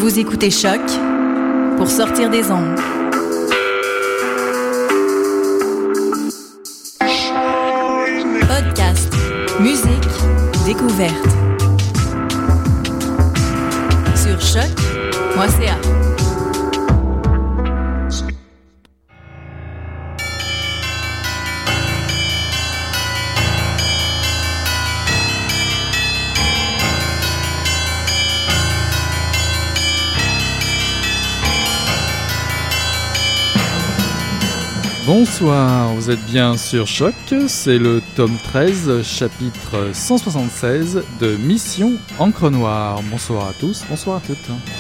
Vous écoutez Choc pour sortir des ondes. Podcast, musique, découverte. Sur choc.ca. Bonsoir, vous êtes bien sur Choc, c'est le tome 13, chapitre 176 de Mission Encre Noire. Bonsoir à tous, bonsoir à toutes.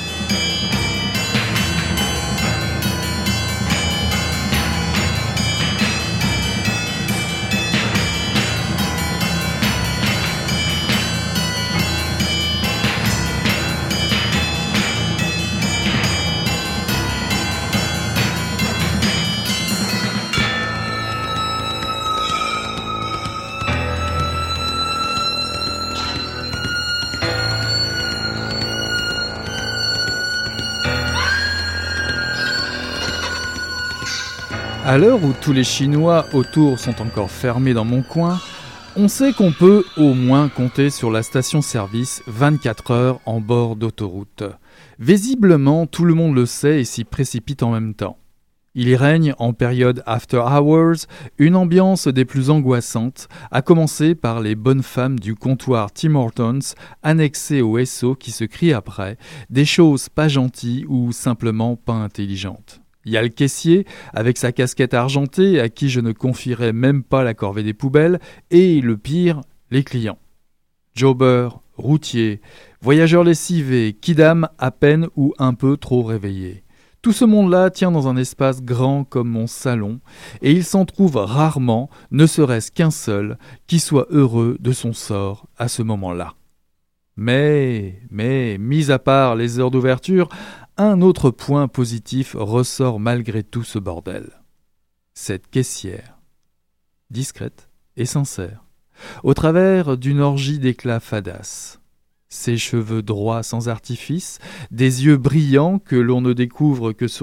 À l'heure où tous les Chinois autour sont encore fermés dans mon coin, on sait qu'on peut au moins compter sur la station-service 24 heures en bord d'autoroute. Visiblement, tout le monde le sait et s'y précipite en même temps. Il y règne, en période after hours, une ambiance des plus angoissantes, à commencer par les bonnes femmes du comptoir Tim Hortons, annexées au SO qui se crient après, des choses pas gentilles ou simplement pas intelligentes. Il y a le caissier, avec sa casquette argentée, à qui je ne confierais même pas la corvée des poubelles, et le pire, les clients. Jobbers, routiers, voyageurs lessivés, kidam à peine ou un peu trop réveillés. Tout ce monde-là tient dans un espace grand comme mon salon, et il s'en trouve rarement, ne serait-ce qu'un seul, qui soit heureux de son sort à ce moment-là. Mais, mis à part les heures d'ouverture, un autre point positif ressort malgré tout ce bordel. Cette caissière, discrète et sincère, au travers d'une orgie d'éclats fadas. Ses cheveux droits sans artifice, des yeux brillants que l'on ne découvre que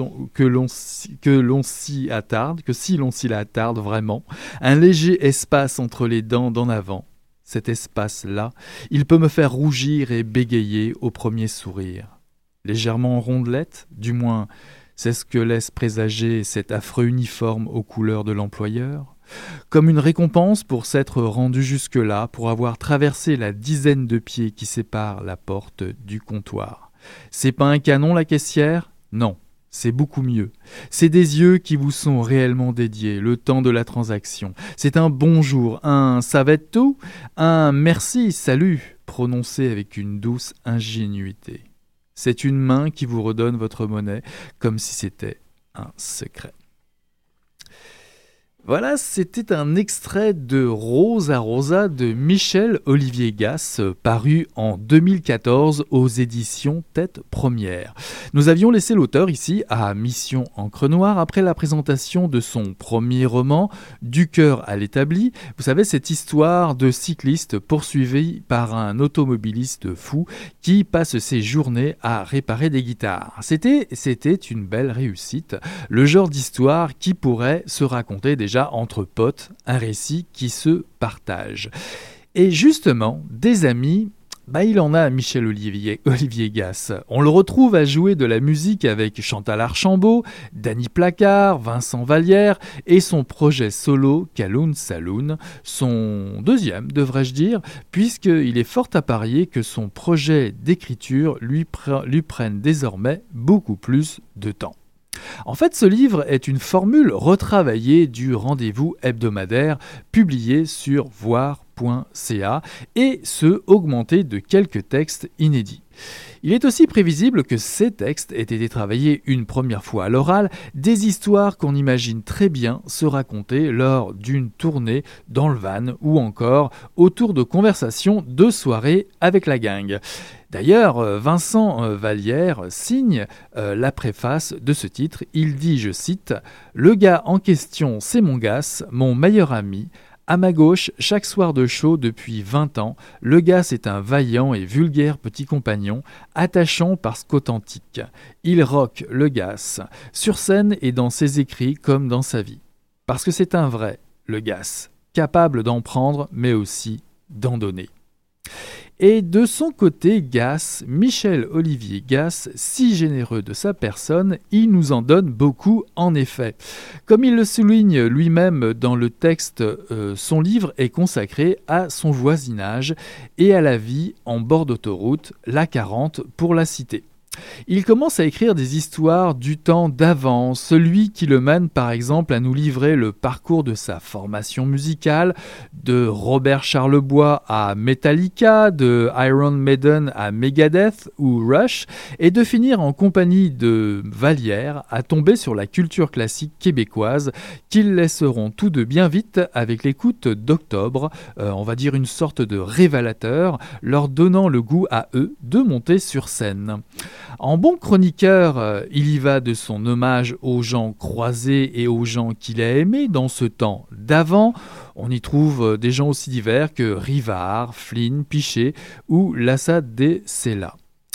si l'on s'y attarde vraiment, un léger espace entre les dents d'en avant. Cet espace-là, il peut me faire rougir et bégayer au premier sourire. Légèrement rondelette, du moins c'est ce que laisse présager cet affreux uniforme aux couleurs de l'employeur, comme une récompense pour s'être rendu jusque-là, pour avoir traversé la dizaine de pieds qui séparent la porte du comptoir. C'est pas un canon la caissière ? Non, c'est beaucoup mieux. C'est des yeux qui vous sont réellement dédiés, le temps de la transaction. C'est un bonjour, un ça va être tout, un merci, salut, prononcé avec une douce ingénuité. C'est une main qui vous redonne votre monnaie comme si c'était un secret. Voilà, c'était un extrait de Rose à Rosa de Michel-Olivier Gass, paru en 2014 aux éditions Tête Première. Nous avions laissé l'auteur ici à Mission Encre Noire après la présentation de son premier roman, Du cœur à l'établi. Vous savez, cette histoire de cycliste poursuivi par un automobiliste fou qui passe ses journées à réparer des guitares. C'était une belle réussite, le genre d'histoire qui pourrait se raconter déjà entre potes, un récit qui se partage. Et justement, des amis, il en a Michel-Olivier Gass. On le retrouve à jouer de la musique avec Chantal Archambault, Dany Placard, Vincent Vallière et son projet solo Kowloon Saloon, son deuxième devrais-je dire, puisqu'il est fort à parier que son projet d'écriture lui prenne désormais beaucoup plus de temps. En fait, ce livre est une formule retravaillée du rendez-vous hebdomadaire publié sur voir.ca et augmenté de quelques textes inédits. Il est aussi prévisible que ces textes aient été travaillés une première fois à l'oral, des histoires qu'on imagine très bien se raconter lors d'une tournée dans le van ou encore autour de conversations de soirée avec la gang. D'ailleurs, Vincent Vallière signe la préface de ce titre. Il dit, je cite, « Le gars en question, c'est mon Gass, mon meilleur ami. À ma gauche, chaque soir de show depuis 20 ans, Le Gas est un vaillant et vulgaire petit compagnon, attachant parce qu'authentique. Il rock Le Gas, sur scène et dans ses écrits comme dans sa vie. Parce que c'est un vrai, Le Gas, capable d'en prendre mais aussi d'en donner. Et de son côté, Gas, Michel-Olivier Gas, si généreux de sa personne, il nous en donne beaucoup en effet. Comme il le souligne lui-même dans le texte, son livre est consacré à son voisinage et à la vie en bord d'autoroute, la 40 pour la citer. Il commence à écrire des histoires du temps d'avant, celui qui le mène par exemple à nous livrer le parcours de sa formation musicale, de Robert Charlebois à Metallica, de Iron Maiden à Megadeth ou Rush, et de finir en compagnie de Vallière à tomber sur la culture classique québécoise qu'ils laisseront tout de bien vite avec l'écoute d'Octobre, on va dire une sorte de révélateur, leur donnant le goût à eux de monter sur scène. En bon chroniqueur, il y va de son hommage aux gens croisés et aux gens qu'il a aimés dans ce temps d'avant. On y trouve des gens aussi divers que Rivard, Flynn, Pichet ou Lassad des Sella.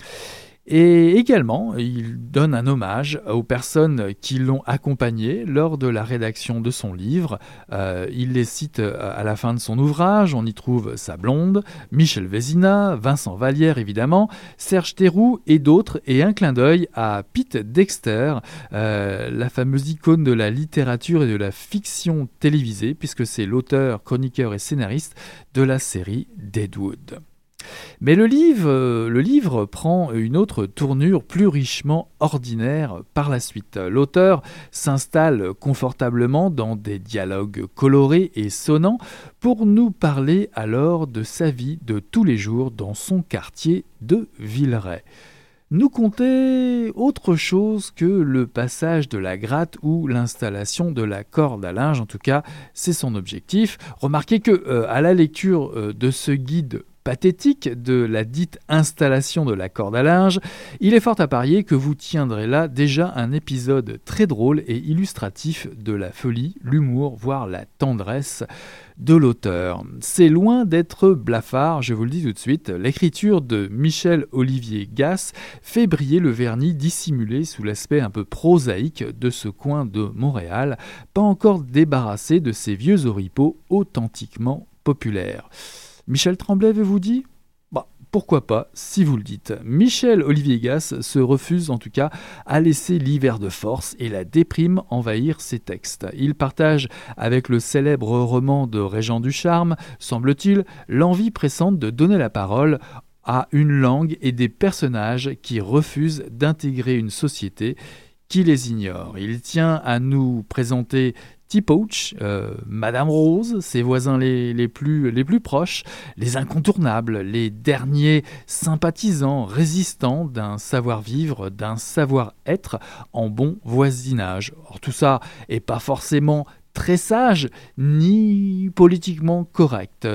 Et également, il donne un hommage aux personnes qui l'ont accompagné lors de la rédaction de son livre. Il les cite à la fin de son ouvrage. On y trouve sa blonde, Michel Vézina, Vincent Vallière évidemment, Serge Théroux et d'autres. Et un clin d'œil à Pete Dexter, la fameuse icône de la littérature et de la fiction télévisée, puisque c'est l'auteur, chroniqueur et scénariste de la série Deadwood. Mais le livre prend une autre tournure plus richement ordinaire par la suite. L'auteur s'installe confortablement dans des dialogues colorés et sonnants pour nous parler alors de sa vie de tous les jours dans son quartier de Villeray. Nous conter autre chose que le passage de la gratte ou l'installation de la corde à linge, en tout cas c'est son objectif. Remarquez que à la lecture de ce guide pathétique de la dite installation de la corde à linge, il est fort à parier que vous tiendrez là déjà un épisode très drôle et illustratif de la folie, l'humour, voire la tendresse de l'auteur. C'est loin d'être blafard, je vous le dis tout de suite, l'écriture de Michel-Olivier Gas fait briller le vernis dissimulé sous l'aspect un peu prosaïque de ce coin de Montréal, pas encore débarrassé de ses vieux oripeaux authentiquement populaires. Michel Tremblay vous dit ? Pourquoi pas, si vous le dites. Michel-Olivier Gas se refuse en tout cas à laisser l'hiver de force et la déprime envahir ses textes. Il partage avec le célèbre roman de Régent Ducharme, semble-t-il, l'envie pressante de donner la parole à une langue et des personnages qui refusent d'intégrer une société qui les ignore. Il tient à nous présenter T-Pouch, Madame Rose, ses voisins les plus proches, les incontournables, les derniers sympathisants, résistants d'un savoir-vivre, d'un savoir-être en bon voisinage. Or, tout ça n'est pas forcément très sage ni politiquement correct.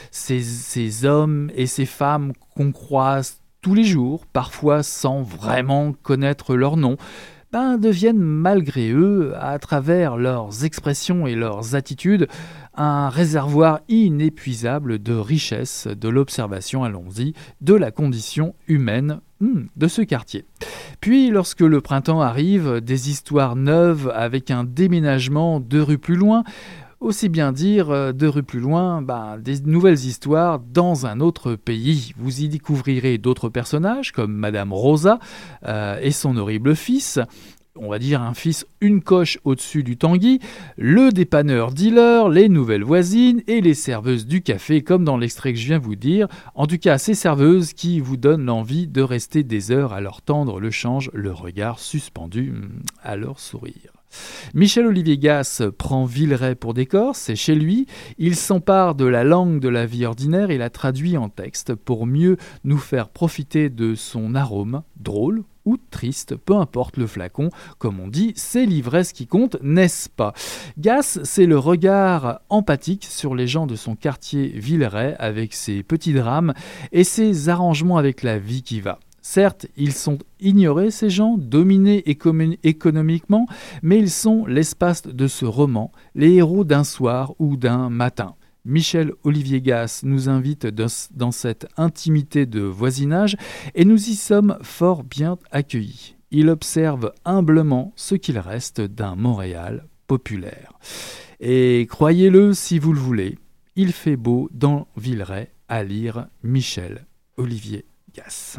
Ces hommes et ces femmes qu'on croise tous les jours, parfois sans vraiment connaître leur nom, deviennent malgré eux, à travers leurs expressions et leurs attitudes, un réservoir inépuisable de richesse, de l'observation, allons-y, de la condition humaine de ce quartier. Puis, lorsque le printemps arrive, des histoires neuves avec un déménagement 2 rues plus loin, aussi bien dire 2 rues plus loin, des nouvelles histoires dans un autre pays. Vous y découvrirez d'autres personnages comme Madame Rosa et son horrible fils. On va dire un fils une coche au-dessus du Tanguy, le dépanneur dealer, les nouvelles voisines et les serveuses du café, comme dans l'extrait que je viens vous dire. En tout cas, ces serveuses qui vous donnent l'envie de rester des heures à leur tendre le change, le regard suspendu à leur sourire. Michel-Olivier Gas prend Villeray pour décor, c'est chez lui. Il s'empare de la langue de la vie ordinaire et la traduit en texte pour mieux nous faire profiter de son arôme, drôle ou triste, peu importe le flacon, comme on dit, c'est l'ivresse qui compte, n'est-ce pas ? Gas, c'est le regard empathique sur les gens de son quartier Villeray avec ses petits drames et ses arrangements avec la vie qui va. Certes, ils sont ignorés, ces gens, dominés économiquement, mais ils sont l'espace de ce roman, les héros d'un soir ou d'un matin. Michel-Olivier Gass nous invite dans cette intimité de voisinage et nous y sommes fort bien accueillis. Il observe humblement ce qu'il reste d'un Montréal populaire. Et croyez-le si vous le voulez, il fait beau dans Villeray à lire Michel-Olivier Gass.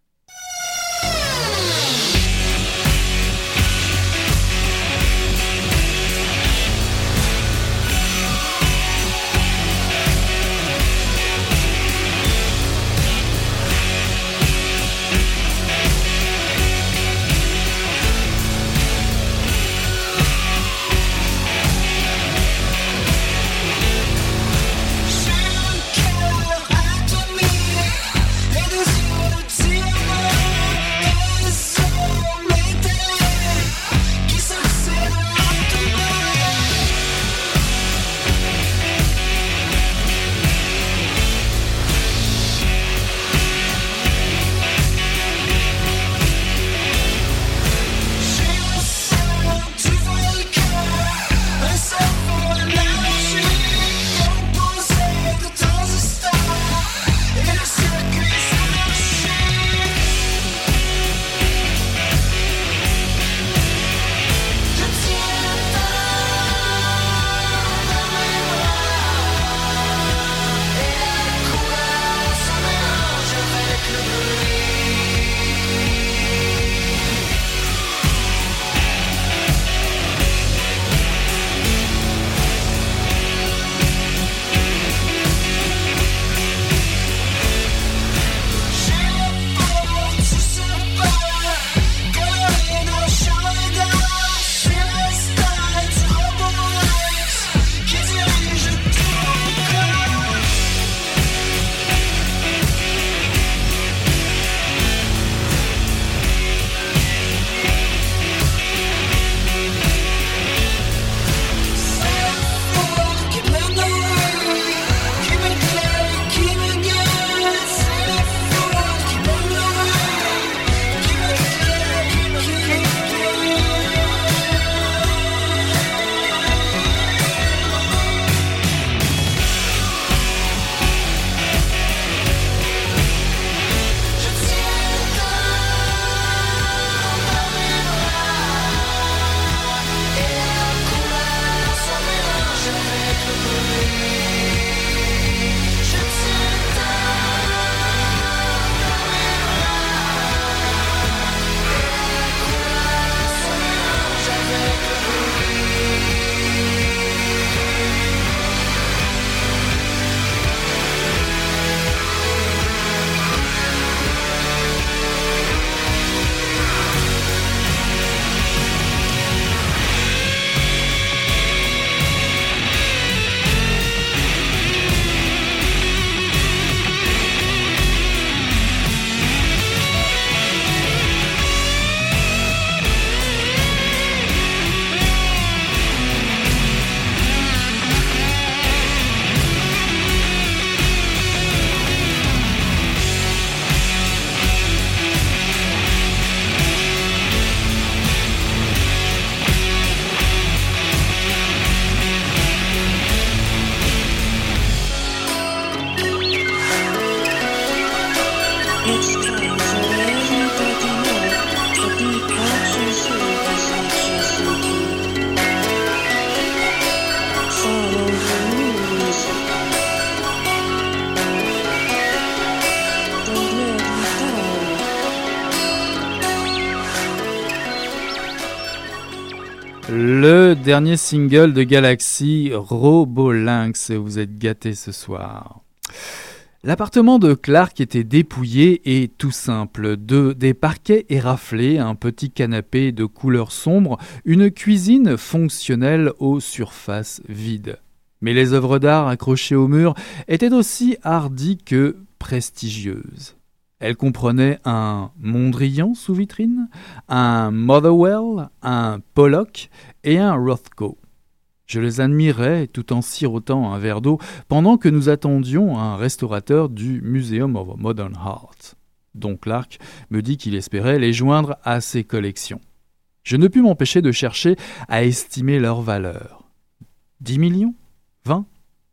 Le dernier single de Galaxy, Robolinx. Vous êtes gâtés ce soir. L'appartement de Clark était dépouillé et tout simple. Des parquets éraflés, un petit canapé de couleur sombre, une cuisine fonctionnelle aux surfaces vides. Mais les œuvres d'art accrochées au mur étaient aussi hardies que prestigieuses. Elles comprenaient un Mondrian sous vitrine, un Motherwell, un Pollock et un Rothko. Je les admirais tout en sirotant un verre d'eau pendant que nous attendions un restaurateur du Museum of Modern Art, dont Clark me dit qu'il espérait les joindre à ses collections. Je ne pus m'empêcher de chercher à estimer leur valeur. 10 millions ? 20 ?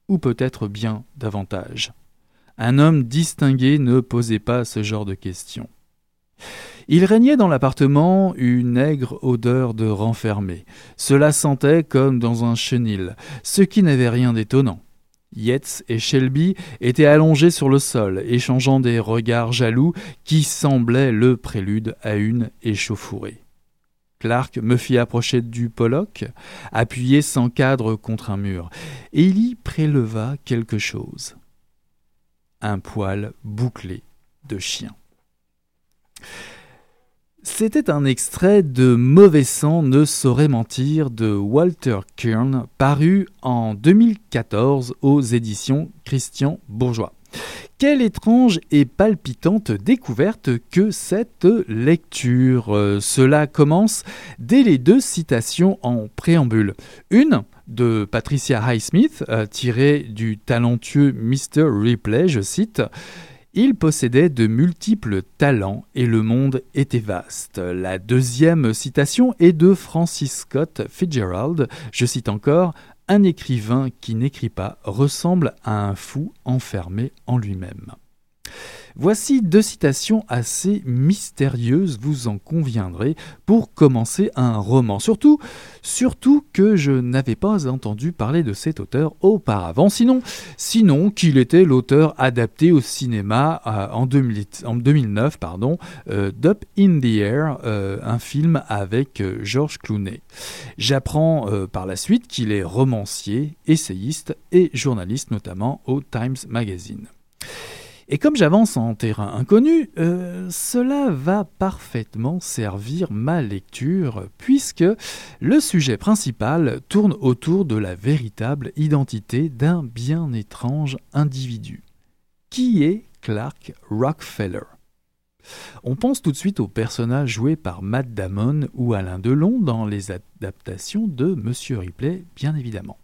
ou peut-être bien davantage. Un homme distingué ne posait pas ce genre de questions. Il régnait dans l'appartement une aigre odeur de renfermé. Cela sentait comme dans un chenil, ce qui n'avait rien d'étonnant. Yates et Shelby étaient allongés sur le sol, échangeant des regards jaloux qui semblaient le prélude à une échauffourée. Clark me fit approcher du Pollock, appuyé sans cadre contre un mur, et il y préleva quelque chose. Un poil bouclé de chien. C'était un extrait de Mauvais sang ne saurait mentir de Walter Kirn, paru en 2014 aux éditions Christian Bourgeois. Quelle étrange et palpitante découverte que cette lecture. Cela commence dès les 2 citations en préambule. Une de Patricia Highsmith, tirée du talentueux Mr. Ripley, je cite « Il possédait de multiples talents et le monde était vaste. » La deuxième citation est de Francis Scott Fitzgerald, je cite encore « Un écrivain qui n'écrit pas ressemble à un fou enfermé en lui-même. » Voici 2 citations assez mystérieuses, vous en conviendrez, pour commencer un roman. Surtout que je n'avais pas entendu parler de cet auteur auparavant, sinon qu'il était l'auteur adapté au cinéma en 2009, d'Up in the Air, un film avec George Clooney. J'apprends par la suite qu'il est romancier, essayiste et journaliste, notamment au Times Magazine. Et comme j'avance en terrain inconnu, cela va parfaitement servir ma lecture, puisque le sujet principal tourne autour de la véritable identité d'un bien étrange individu. Qui est Clark Rockefeller ? On pense tout de suite au personnage joué par Matt Damon ou Alain Delon dans les adaptations de Monsieur Ripley, bien évidemment.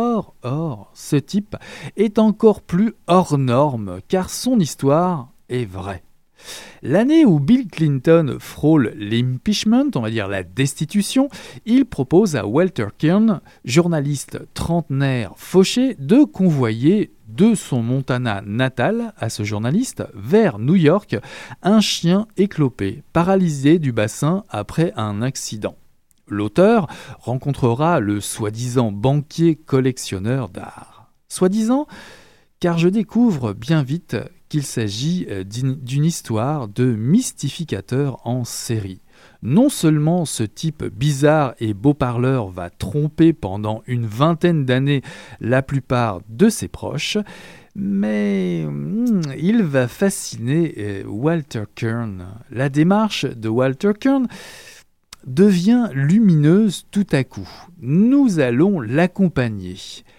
Or, ce type est encore plus hors norme, car son histoire est vraie. L'année où Bill Clinton frôle l'impeachment, on va dire la destitution, il propose à Walter Kirn, journaliste trentenaire fauché, de convoyer de son Montana natal à ce journaliste vers New York un chien éclopé, paralysé du bassin après un accident. L'auteur rencontrera le soi-disant banquier collectionneur d'art. Soi-disant, car je découvre bien vite qu'il s'agit d'une histoire de mystificateur en série. Non seulement ce type bizarre et beau parleur va tromper pendant une vingtaine d'années la plupart de ses proches, mais il va fasciner Walter Kirn. La démarche de Walter Kirn devient lumineuse tout à coup. Nous allons l'accompagner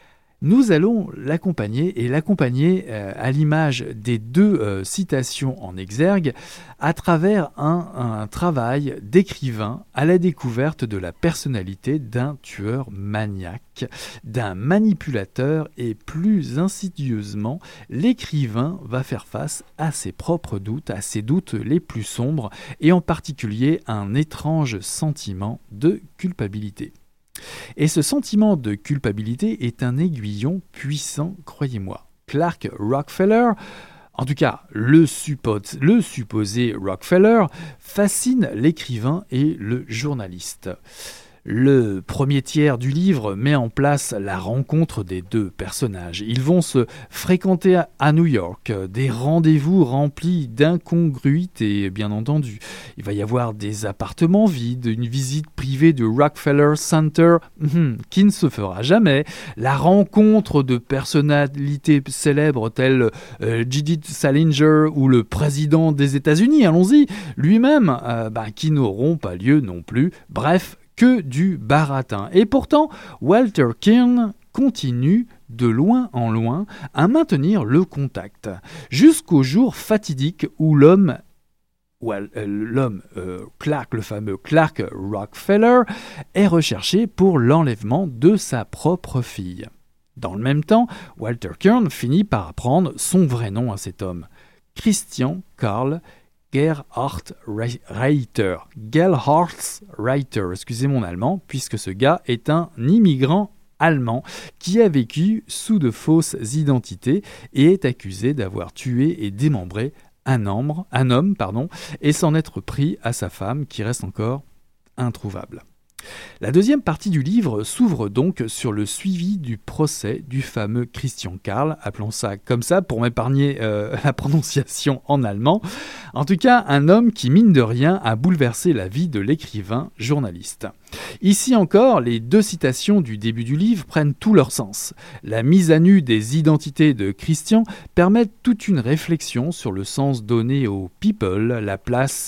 et l'accompagner à l'image des 2 citations en exergue à travers un travail d'écrivain à la découverte de la personnalité d'un tueur maniaque, d'un manipulateur et plus insidieusement, l'écrivain va faire face à ses propres doutes, à ses doutes les plus sombres et en particulier un étrange sentiment de culpabilité. Et ce sentiment de culpabilité est un aiguillon puissant, croyez-moi. Clark Rockefeller, en tout cas le supposé Rockefeller, fascine l'écrivain et le journaliste. Le premier tiers du livre met en place la rencontre des 2 personnages. Ils vont se fréquenter à New York, des rendez-vous remplis d'incongruités, bien entendu. Il va y avoir des appartements vides, une visite privée du Rockefeller Center qui ne se fera jamais, la rencontre de personnalités célèbres telles J.D. Salinger ou le président des États-Unis, allons-y, lui-même, qui n'auront pas lieu non plus. Bref, que du baratin. Et pourtant, Walter Kirn continue de loin en loin à maintenir le contact, jusqu'au jour fatidique où l'homme Clark, le fameux Clark Rockefeller, est recherché pour l'enlèvement de sa propre fille. Dans le même temps, Walter Kirn finit par apprendre son vrai nom à cet homme, Christian Karl Gerhard Reiter, excusez mon allemand, puisque ce gars est un immigrant allemand qui a vécu sous de fausses identités et est accusé d'avoir tué et démembré un homme, et s'en être pris à sa femme qui reste encore introuvable. La deuxième partie du livre s'ouvre donc sur le suivi du procès du fameux Christian Karl, appelons ça comme ça pour m'épargner la prononciation en allemand. En tout cas, un homme qui, mine de rien, a bouleversé la vie de l'écrivain journaliste. Ici encore, les deux citations du début du livre prennent tout leur sens. La mise à nu des identités de Christian permet toute une réflexion sur le sens donné aux people, la place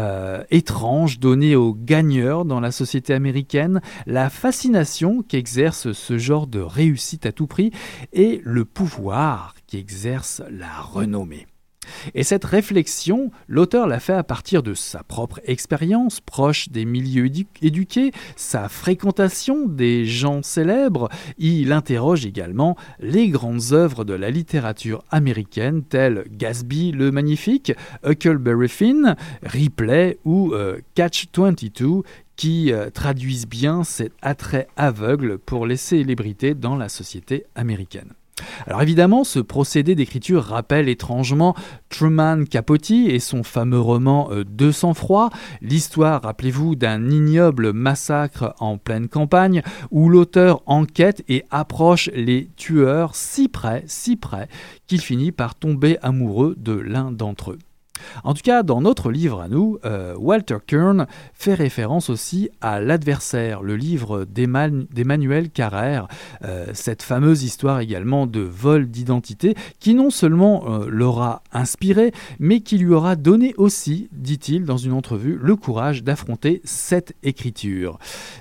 étrange donnée aux gagneurs dans la société américaine, la fascination qu'exerce ce genre de réussite à tout prix et le pouvoir qu'exerce la renommée. Et cette réflexion, l'auteur l'a fait à partir de sa propre expérience, proche des milieux éduqués, sa fréquentation des gens célèbres. Il interroge également les grandes œuvres de la littérature américaine telles Gatsby le Magnifique, Huckleberry Finn, Ripley ou Catch-22 qui traduisent bien cet attrait aveugle pour les célébrités dans la société américaine. Alors évidemment, ce procédé d'écriture rappelle étrangement Truman Capote et son fameux roman De sang-froid, l'histoire, rappelez-vous, d'un ignoble massacre en pleine campagne où l'auteur enquête et approche les tueurs si près qu'il finit par tomber amoureux de l'un d'entre eux. En tout cas, dans notre livre à nous, Walter Kirn fait référence aussi à L'Adversaire, le livre d'Emmanuel Carrère, cette fameuse histoire également de vol d'identité qui non seulement l'aura inspiré, mais qui lui aura donné aussi, dit-il dans une entrevue, le courage d'affronter cette écriture,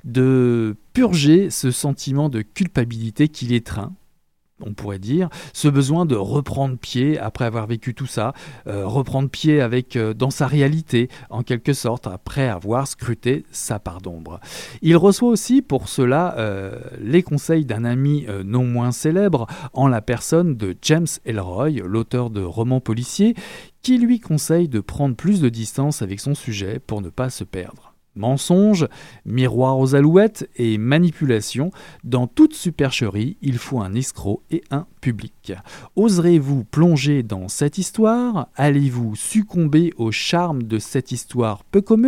de purger ce sentiment de culpabilité qui l'étreint. On pourrait dire, ce besoin de reprendre pied après avoir vécu tout ça, reprendre pied dans sa réalité, en quelque sorte, après avoir scruté sa part d'ombre. Il reçoit aussi pour cela les conseils d'un ami non moins célèbre, en la personne de James Ellroy, l'auteur de romans policiers, qui lui conseille de prendre plus de distance avec son sujet pour ne pas se perdre. Mensonge, miroir aux alouettes et manipulation, dans toute supercherie, il faut un escroc et un public. Oserez-vous plonger dans cette histoire ? Allez-vous succomber au charme de cette histoire peu commune ?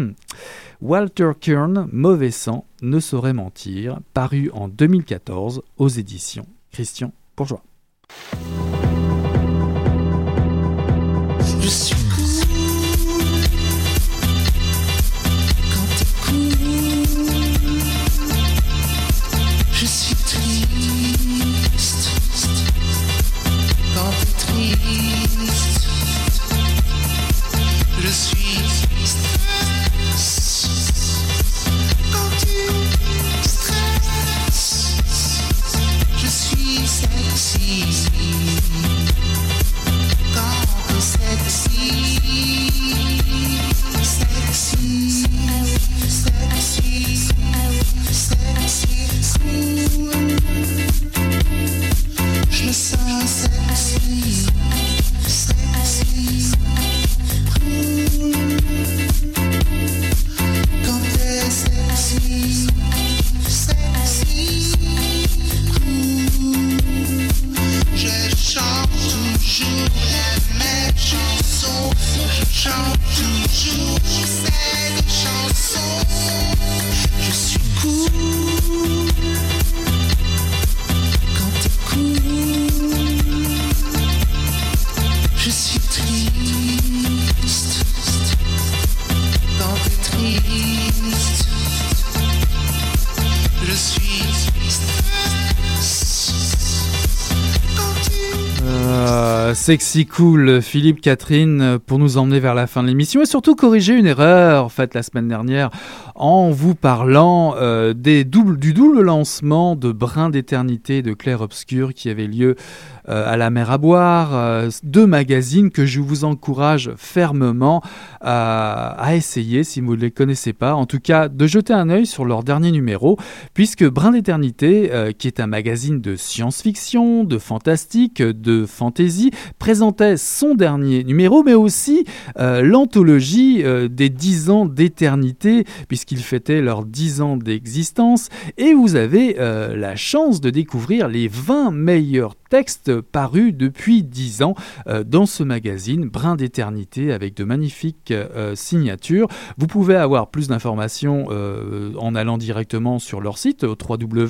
Walter Kirn, Mauvais sang, ne saurait mentir, paru en 2014 aux éditions Christian Bourgeois. Je suis Je suis triste quand t'es triste. Je suis stress quand tu stresses. Je suis sexy quand t'es sexy. Sexy, sexy, sexy. Je me sens sexy, sexy, quand t'es sexy, sexy, je chante toujours les mêmes chansons, je chante toujours ces chansons, je suis cool. Je suis triste quand t'es triste. Je suis stress quand tu... Sexy cool, Philippe Catherine, pour nous emmener vers la fin de l'émission et surtout corriger une erreur faite la semaine dernière en vous parlant du double lancement de Brin d'éternité de Clair Obscur qui avait lieu à la mer à boire, deux magazines que je vous encourage fermement à essayer si vous ne les connaissez pas, en tout cas de jeter un œil sur leur dernier numéro, puisque Brin d'éternité, qui est un magazine de science-fiction, de fantastique, de fantasy, présentait son dernier numéro, mais aussi l'anthologie des 10 ans d'éternité, puisqu'ils fêtaient leurs 10 ans d'existence. Et vous avez la chance de découvrir les 20 meilleurs textes parus depuis 10 ans dans ce magazine Brin d'éternité avec de magnifiques signatures. Vous pouvez avoir plus d'informations en allant directement sur leur site au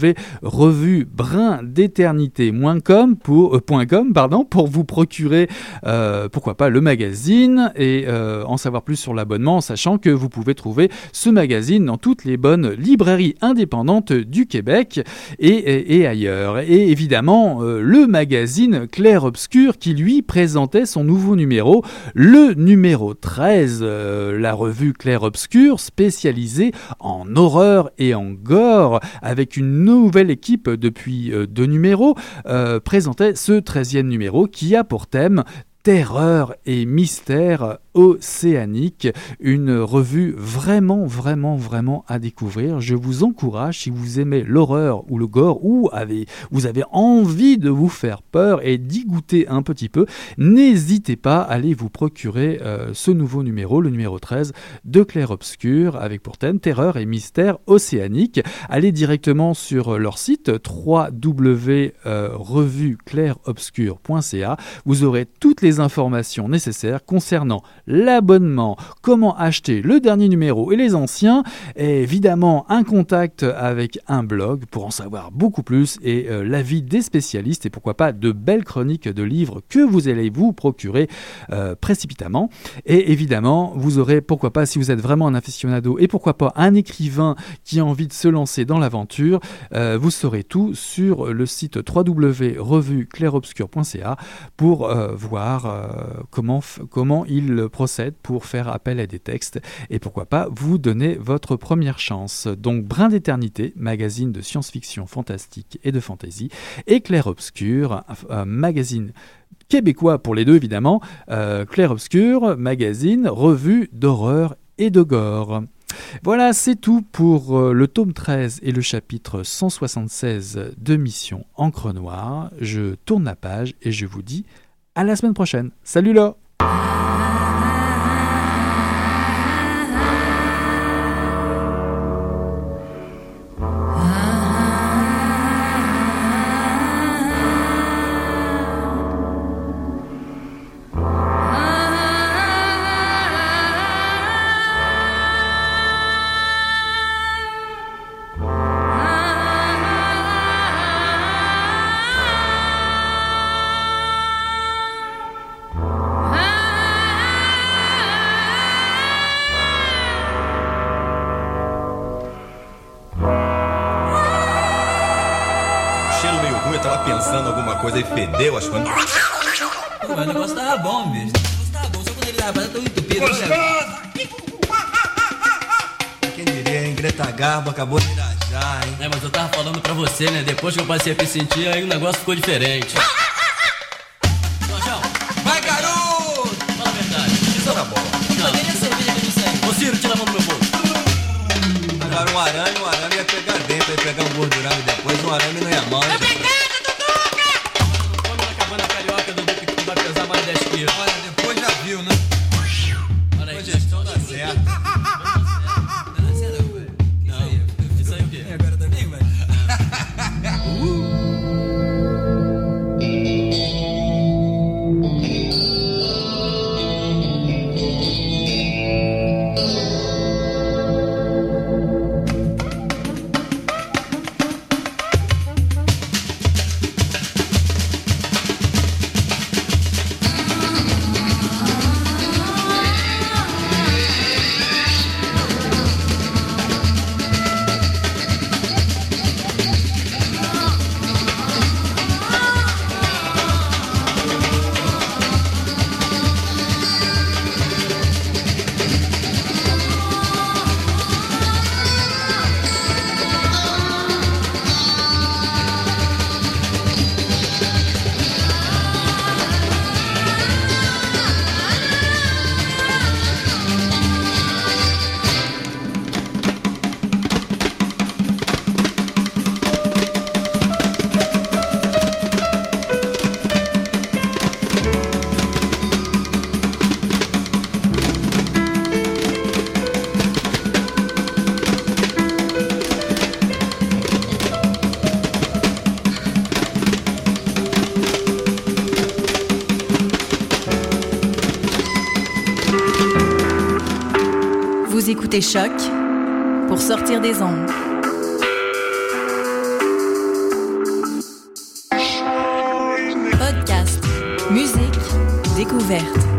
www.revuebrindéternité.com pour vous procurer pourquoi pas le magazine et en savoir plus sur l'abonnement, en sachant que vous pouvez trouver ce magazine dans toutes les bonnes librairies indépendantes du Québec et ailleurs. Et évidemment, le magazine Clair Obscur qui lui présentait son nouveau numéro, le numéro 13, la revue Clair Obscur spécialisée en horreur et en gore, avec une nouvelle équipe depuis 2 numéros, présentait ce 13e numéro qui a pour thème Terreur et mystère océanique, une revue vraiment à découvrir. Je vous encourage, si vous aimez l'horreur ou le gore, ou vous avez envie de vous faire peur et d'y goûter un petit peu, n'hésitez pas à aller vous procurer ce nouveau numéro, le numéro 13 de Clair Obscur, avec pour thème Terreur et mystère océanique. Allez directement sur leur site www.revueclairobscur.ca. Vous aurez toutes les informations nécessaires concernant l'abonnement, comment acheter le dernier numéro et les anciens, et évidemment un contact avec un blog pour en savoir beaucoup plus et l'avis des spécialistes et pourquoi pas de belles chroniques de livres que vous allez vous procurer précipitamment. Et évidemment, vous aurez pourquoi pas, si vous êtes vraiment un aficionado et pourquoi pas un écrivain qui a envie de se lancer dans l'aventure, vous saurez tout sur le site www.revueclairobscur.ca pour voir comment il procède pour faire appel à des textes et pourquoi pas vous donner votre première chance. Donc Brin d'éternité, magazine de science-fiction fantastique et de fantasy, et Clair Obscur, magazine québécois pour les deux évidemment, Clair Obscur, magazine, revue d'horreur et de gore. Voilà, c'est tout pour le tome 13 et le chapitre 176 de Mission Encre Noire. Je tourne la page et je vous dis à la semaine prochaine. Salut là! Coisa e fedeu, acho que. Mas o negócio tava bom, bicho. O negócio tava bom, só quando ele tava tão entupido. Quem diria, hein? Greta Garbo acabou de irajar, hein? É, mas eu tava falando pra você, né? Depois que eu passei a me sentir, aí o negócio ficou diferente. Jorjão, Vai, garoto! fala a verdade. Isso na bola. Não, nem a cerveja que me segue. Ô Ciro, tira a mão do meu bolso. Agora um arame ia pegar dentro, ia pegar um gordurame depois, um arame não ia mal, né? Vai pesar mais 10 quilos. Olha, depois já viu, né? Olha aí, gestão da Certo. Não, isso aí o quê? Agora também, velho. Vous écoutez Choc pour sortir des ondes. Podcast, musique, découverte.